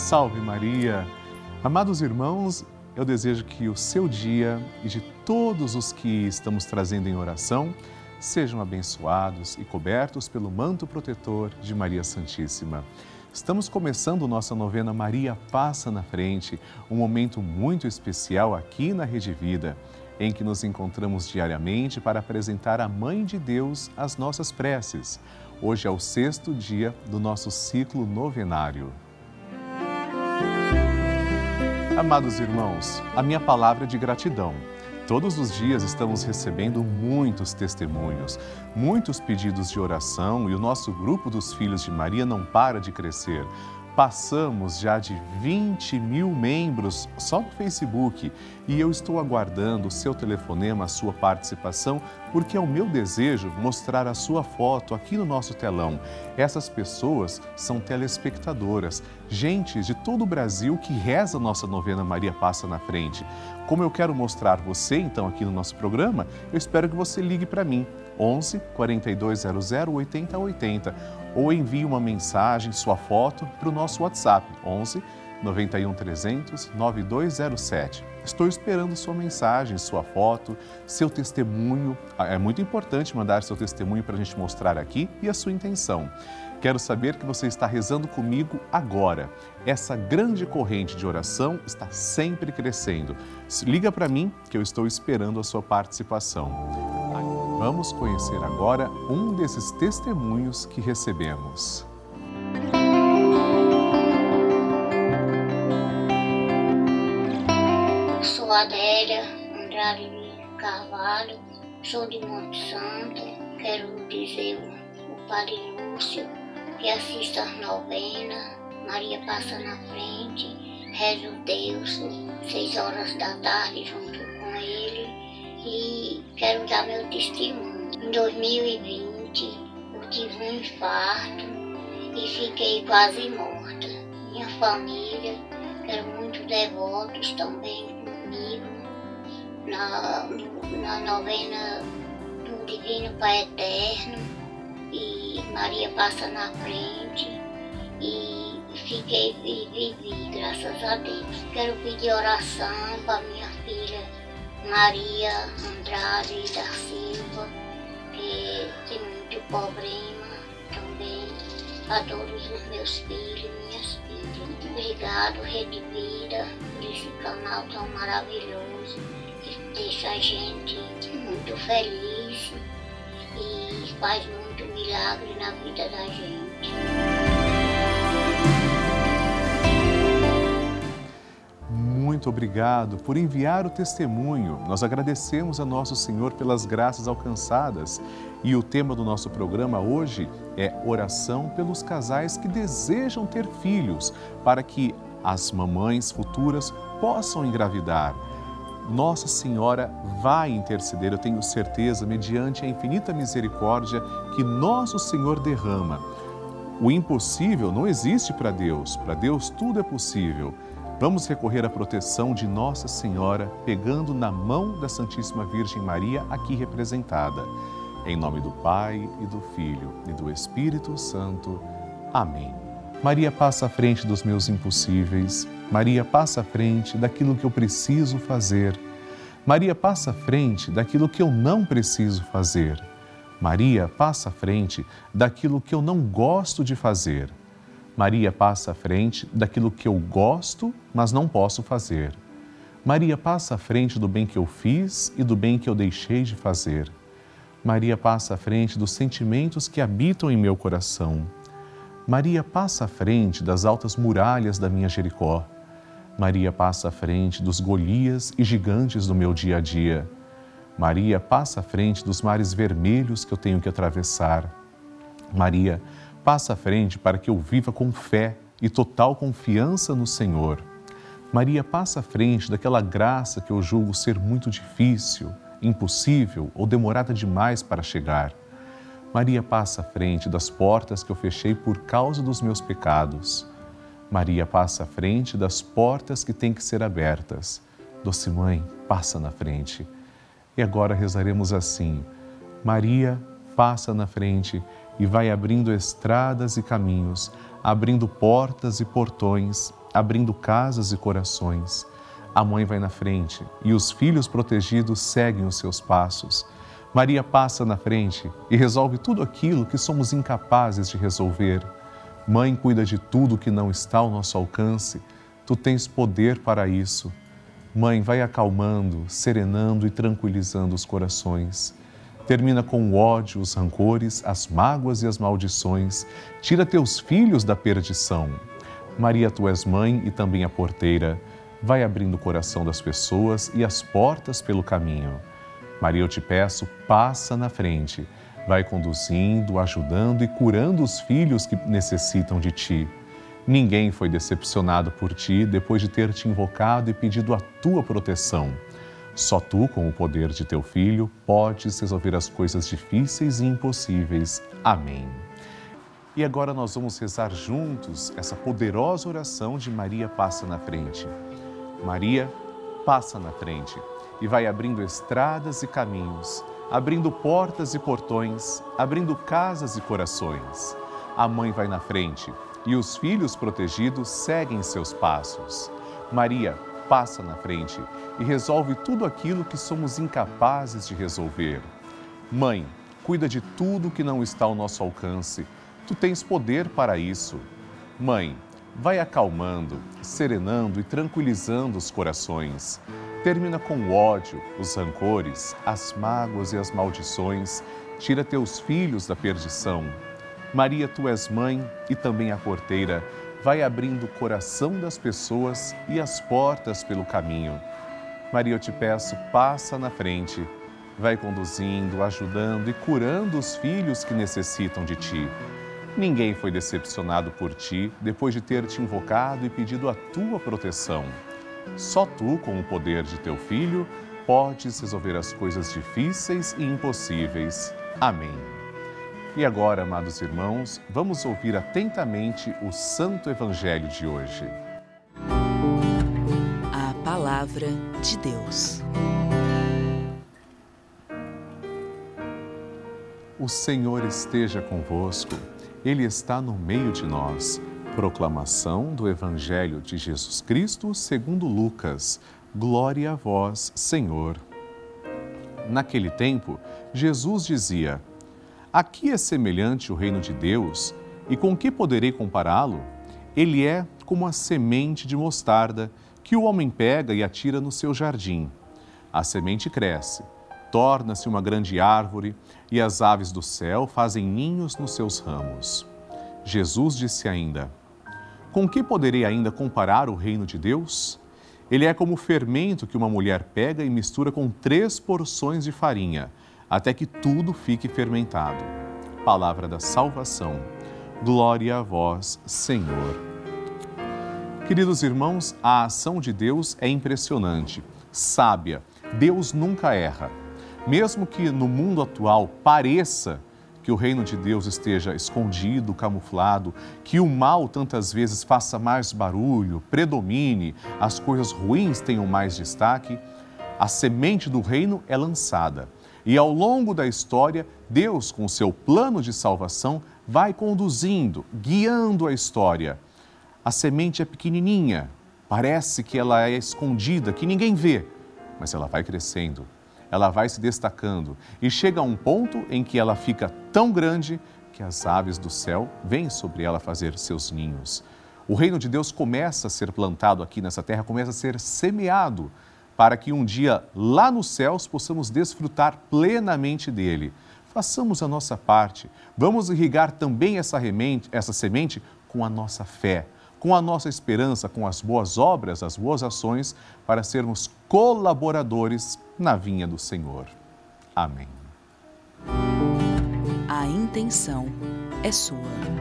Salve Maria! Amados irmãos, eu desejo que o seu dia e de todos os que estamos trazendo em oração sejam abençoados e cobertos pelo manto protetor de Maria Santíssima. Estamos começando nossa novena Maria Passa na Frente, um momento muito especial aqui na Rede Vida, em que nos encontramos diariamente para apresentar à Mãe de Deus as nossas preces. Hoje é o 6º dia do nosso ciclo novenário. Amados irmãos, a minha palavra é de gratidão. Todos os dias estamos recebendo muitos testemunhos, muitos pedidos de oração e o nosso grupo dos Filhos de Maria não para de crescer. Passamos já de 20 mil membros só no Facebook e eu estou aguardando o seu telefonema, a sua participação, porque é o meu desejo mostrar a sua foto aqui no nosso telão. Essas pessoas são telespectadoras, gente de todo o Brasil que reza a nossa novena Maria Passa na Frente. Como eu quero mostrar você, então, aqui no nosso programa, eu espero que você ligue para mim, 11 4200 8080, ou envie uma mensagem, sua foto, para o nosso WhatsApp, 11 91 300 9207. Estou esperando sua mensagem, sua foto, seu testemunho. É muito importante mandar seu testemunho para a gente mostrar aqui e a sua intenção. Quero saber que você está rezando comigo agora. Essa grande corrente de oração está sempre crescendo. Liga para mim que eu estou esperando a sua participação. Vamos conhecer agora um desses testemunhos que recebemos. Sou Adélia Andrade Carvalho, sou de Monte Santo. Quero dizer ao Padre Lúcio que assista às novenas, Maria Passa na Frente, rezo Deus, 6 horas da tarde junto com ele. E quero dar meu testemunho. Em 2020, eu tive um infarto e fiquei quase morta. Minha família, que eram muito devotos também comigo, na novena do Divino Pai Eterno, e Maria Passa na Frente, e vivi, graças a Deus. Quero pedir oração para minha filha Maria Andrade da Silva, que tem muito problema também, a todos os meus filhos e minhas filhas. Obrigado, Rede Vida, por esse canal tão maravilhoso, que deixa a gente muito feliz e faz muito milagre na vida da gente. Muito obrigado por enviar o testemunho. Nós agradecemos a Nosso Senhor pelas graças alcançadas. E o tema do nosso programa hoje é oração pelos casais que desejam ter filhos, para que as mamães futuras possam engravidar. Nossa Senhora vai interceder, eu tenho certeza, mediante a infinita misericórdia que Nosso Senhor derrama. O impossível não existe para Deus tudo é possível. Vamos recorrer à proteção de Nossa Senhora, pegando na mão da Santíssima Virgem Maria, aqui representada. Em nome do Pai, e do Filho, e do Espírito Santo. Amém. Maria passa à frente dos meus impossíveis. Maria passa à frente daquilo que eu preciso fazer. Maria passa à frente daquilo que eu não preciso fazer. Maria passa à frente daquilo que eu não gosto de fazer. Maria passa à frente daquilo que eu gosto, mas não posso fazer. Maria passa à frente do bem que eu fiz e do bem que eu deixei de fazer. Maria passa à frente dos sentimentos que habitam em meu coração. Maria passa à frente das altas muralhas da minha Jericó. Maria passa à frente dos Golias e gigantes do meu dia a dia. Maria passa à frente dos mares vermelhos que eu tenho que atravessar. Maria passa à frente para que eu viva com fé e total confiança no Senhor. Maria passa à frente daquela graça que eu julgo ser muito difícil, impossível ou demorada demais para chegar. Maria passa à frente das portas que eu fechei por causa dos meus pecados. Maria passa à frente das portas que têm que ser abertas. Doce Mãe, passa na frente. E agora rezaremos assim: Maria, passa na frente e vai abrindo estradas e caminhos, abrindo portas e portões, abrindo casas e corações. A mãe vai na frente e os filhos protegidos seguem os seus passos. Maria passa na frente e resolve tudo aquilo que somos incapazes de resolver. Mãe cuida de tudo que não está ao nosso alcance. Tu tens poder para isso. Mãe vai acalmando, serenando e tranquilizando os corações. Termina com o ódio, os rancores, as mágoas e as maldições. Tira teus filhos da perdição. Maria, tu és mãe e também a porteira. Vai abrindo o coração das pessoas e as portas pelo caminho. Maria, eu te peço, passa na frente. Vai conduzindo, ajudando e curando os filhos que necessitam de ti. Ninguém foi decepcionado por ti depois de ter te invocado e pedido a tua proteção. Só tu, com o poder de teu Filho, podes resolver as coisas difíceis e impossíveis. Amém. E agora nós vamos rezar juntos essa poderosa oração de Maria passa na frente. Maria passa na frente e vai abrindo estradas e caminhos, abrindo portas e portões, abrindo casas e corações. A mãe vai na frente e os filhos protegidos seguem seus passos. Maria passa na frente e resolve tudo aquilo que somos incapazes de resolver. Mãe, cuida de tudo que não está ao nosso alcance. Tu tens poder para isso. Mãe, vai acalmando, serenando e tranquilizando os corações. Termina com o ódio, os rancores, as mágoas e as maldições. Tira teus filhos da perdição. Maria, tu és mãe e também a porteira. Vai abrindo o coração das pessoas e as portas pelo caminho. Maria, eu te peço, passa na frente. Vai conduzindo, ajudando e curando os filhos que necessitam de ti. Ninguém foi decepcionado por ti depois de ter te invocado e pedido a tua proteção. Só tu, com o poder de teu Filho, podes resolver as coisas difíceis e impossíveis. Amém. E agora, amados irmãos, vamos ouvir atentamente o Santo Evangelho de hoje. A Palavra de Deus. O Senhor esteja convosco. Ele está no meio de nós. Proclamação do Evangelho de Jesus Cristo segundo Lucas. Glória a vós, Senhor. Naquele tempo, Jesus dizia: a que é semelhante o reino de Deus e com que poderei compará-lo? Ele é como a semente de mostarda que o homem pega e atira no seu jardim. A semente cresce, torna-se uma grande árvore e as aves do céu fazem ninhos nos seus ramos. Jesus disse ainda: com que poderei ainda comparar o reino de Deus? Ele é como o fermento que uma mulher pega e mistura com 3 porções de farinha, até que tudo fique fermentado. Palavra da salvação. Glória a vós, Senhor. Queridos irmãos, a ação de Deus é impressionante, sábia. Deus nunca erra. Mesmo que no mundo atual pareça que o reino de Deus esteja escondido, camuflado, que o mal tantas vezes faça mais barulho, predomine, as coisas ruins tenham mais destaque, a semente do reino é lançada. E ao longo da história, Deus, com o seu plano de salvação, vai conduzindo, guiando a história. A semente é pequenininha, parece que ela é escondida, que ninguém vê, mas ela vai crescendo, ela vai se destacando e chega a um ponto em que ela fica tão grande que as aves do céu vêm sobre ela fazer seus ninhos. O reino de Deus começa a ser plantado aqui nessa terra, começa a ser semeado, para que um dia, lá nos céus, possamos desfrutar plenamente dele. Façamos a nossa parte. Vamos irrigar também essa semente com a nossa fé, com a nossa esperança, com as boas obras, as boas ações, para sermos colaboradores na vinha do Senhor. Amém. A intenção é sua.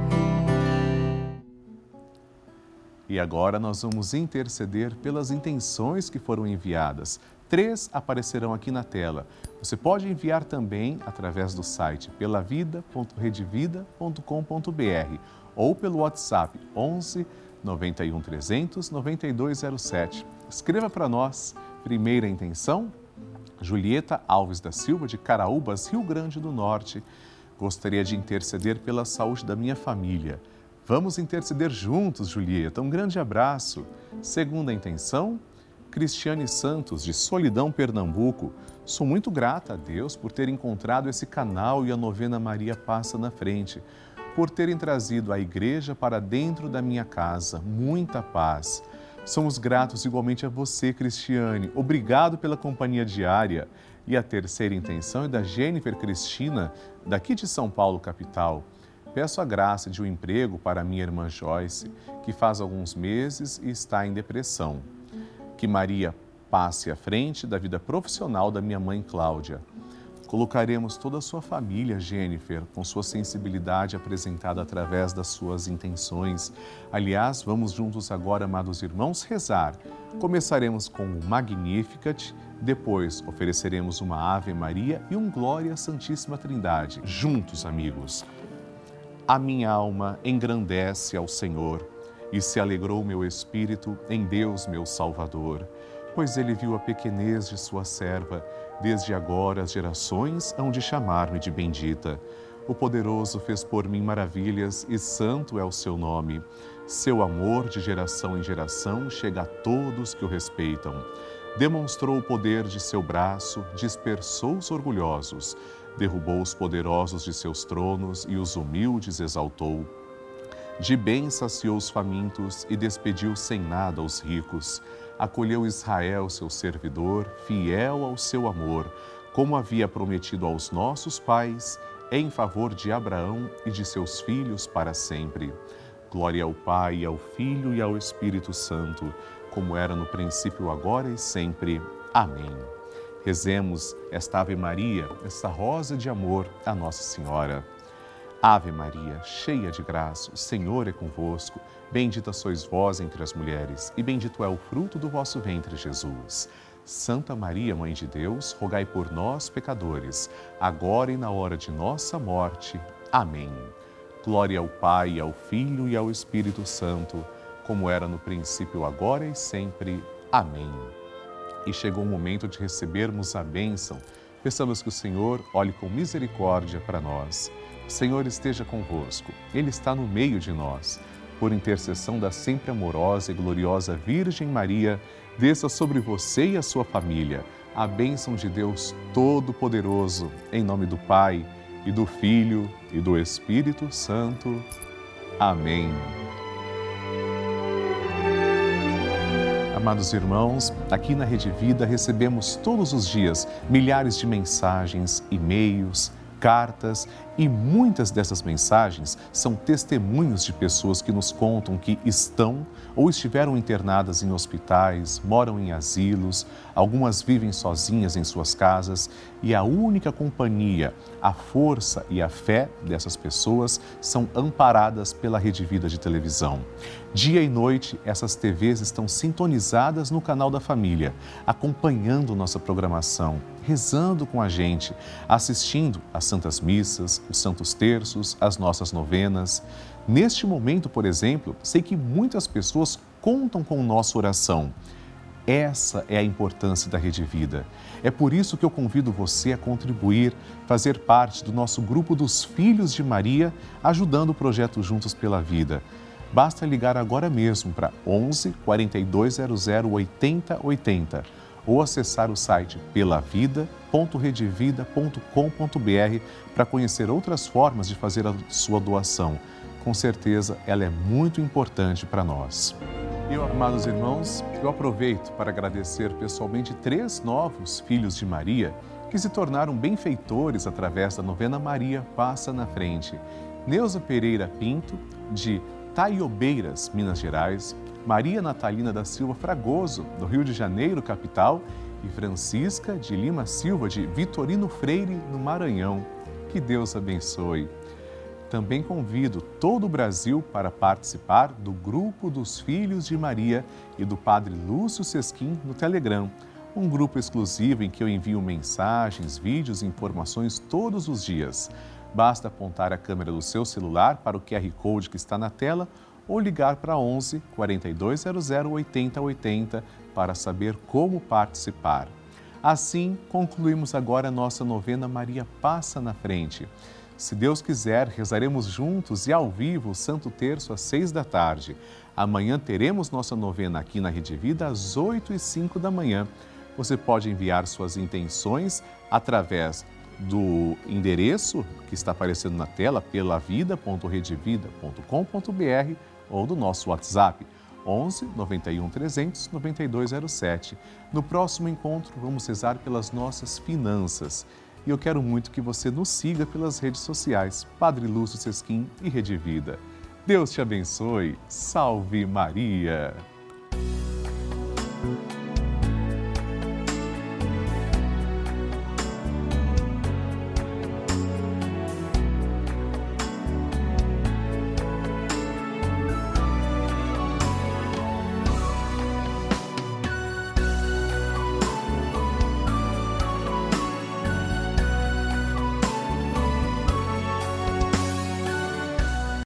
E agora nós vamos interceder pelas intenções que foram enviadas. 3 aparecerão aqui na tela. Você pode enviar também através do site pelavida.redevida.com.br ou pelo WhatsApp 11 91 300 9207. Escreva para nós. Primeira intenção, Julieta Alves da Silva, de Caraúbas, Rio Grande do Norte. Gostaria de interceder pela saúde da minha família. Vamos interceder juntos, Julieta. Um grande abraço. Segunda intenção, Cristiane Santos, de Solidão, Pernambuco. Sou muito grata a Deus por ter encontrado esse canal e a novena Maria Passa na Frente, por terem trazido a igreja para dentro da minha casa. Muita paz. Somos gratos igualmente a você, Cristiane. Obrigado pela companhia diária. E a terceira intenção é da Jennifer Cristina, daqui de São Paulo, capital. Peço a graça de um emprego para minha irmã Joyce, que faz alguns meses e está em depressão. Que Maria passe à frente da vida profissional da minha mãe Cláudia. Colocaremos toda a sua família, Jennifer, com sua sensibilidade apresentada através das suas intenções. Aliás, vamos juntos agora, amados irmãos, rezar. Começaremos com o Magnificat, depois ofereceremos uma Ave Maria e um Glória à Santíssima Trindade. Juntos, amigos. A minha alma engrandece ao Senhor e se alegrou meu espírito em Deus, meu Salvador, pois Ele viu a pequenez de sua serva. Desde agora as gerações hão de chamar-me de bendita. O Poderoso fez por mim maravilhas e santo é o seu nome. Seu amor de geração em geração chega a todos que o respeitam. Demonstrou o poder de seu braço, dispersou os orgulhosos, derrubou os poderosos de seus tronos e os humildes exaltou. De bem saciou os famintos e despediu sem nada os ricos. Acolheu Israel, seu servidor, fiel ao seu amor, como havia prometido aos nossos pais, em favor de Abraão e de seus filhos para sempre. Glória ao Pai, ao Filho e ao Espírito Santo, como era no princípio, agora e sempre. Amém. Rezemos esta Ave Maria, esta rosa de amor à Nossa Senhora. Ave Maria, cheia de graça, o Senhor é convosco. Bendita sois vós entre as mulheres, e bendito é o fruto do vosso ventre, Jesus. Santa Maria, Mãe de Deus, rogai por nós, pecadores, agora e na hora de nossa morte. Amém. Glória ao Pai, ao Filho e ao Espírito Santo, como era no princípio, agora e sempre. Amém. E chegou o momento de recebermos a bênção. Peçamos que o Senhor olhe com misericórdia para nós. O Senhor esteja convosco, Ele está no meio de nós. Por intercessão da sempre amorosa e gloriosa Virgem Maria, desça sobre você e a sua família a bênção de Deus Todo-Poderoso, em nome do Pai, e do Filho, e do Espírito Santo. Amém. Amados irmãos, aqui na Rede Vida recebemos todos os dias milhares de mensagens, e-mails, cartas, e muitas dessas mensagens são testemunhos de pessoas que nos contam que estão ou estiveram internadas em hospitais, moram em asilos, algumas vivem sozinhas em suas casas e a única companhia, a força e a fé dessas pessoas são amparadas pela Rede Vida de televisão. Dia e noite, essas TVs estão sintonizadas no canal da família, acompanhando nossa programação, rezando com a gente, assistindo às Santas Missas, os Santos Terços, as nossas novenas. Neste momento, por exemplo, sei que muitas pessoas contam com nossa oração. Essa é a importância da Rede Vida. É por isso que eu convido você a contribuir, fazer parte do nosso grupo dos Filhos de Maria, ajudando o projeto Juntos pela Vida. Basta ligar agora mesmo para 11 4200 8080 ou acessar o site pelavida.redevida.com.br para conhecer outras formas de fazer a sua doação. Com certeza, ela é muito importante para nós. Amados irmãos, eu aproveito para agradecer pessoalmente 3 novos filhos de Maria que se tornaram benfeitores através da novena Maria Passa na Frente. Neuza Pereira Pinto, de Taiobeiras, Minas Gerais, Maria Natalina da Silva Fragoso, do Rio de Janeiro, capital, e Francisca de Lima Silva, de Vitorino Freire, no Maranhão. Que Deus abençoe. Também convido todo o Brasil para participar do Grupo dos Filhos de Maria e do Padre Lúcio Sesquim no Telegram, um grupo exclusivo em que eu envio mensagens, vídeos e informações todos os dias. Basta apontar a câmera do seu celular para o QR Code que está na tela ou ligar para 11 4200 8080 para saber como participar. Assim, concluímos agora a nossa novena Maria Passa na Frente. Se Deus quiser, rezaremos juntos e ao vivo o Santo Terço às 6 da tarde. Amanhã teremos nossa novena aqui na Rede Vida às 8h05 da manhã. Você pode enviar suas intenções através do endereço que está aparecendo na tela, pelavida.redevida.com.br ou do nosso WhatsApp, 11 91 300 9207. No próximo encontro, vamos rezar pelas nossas finanças. E eu quero muito que você nos siga pelas redes sociais, Padre Lúcio Sesquim e Rede Vida. Deus te abençoe. Salve Maria!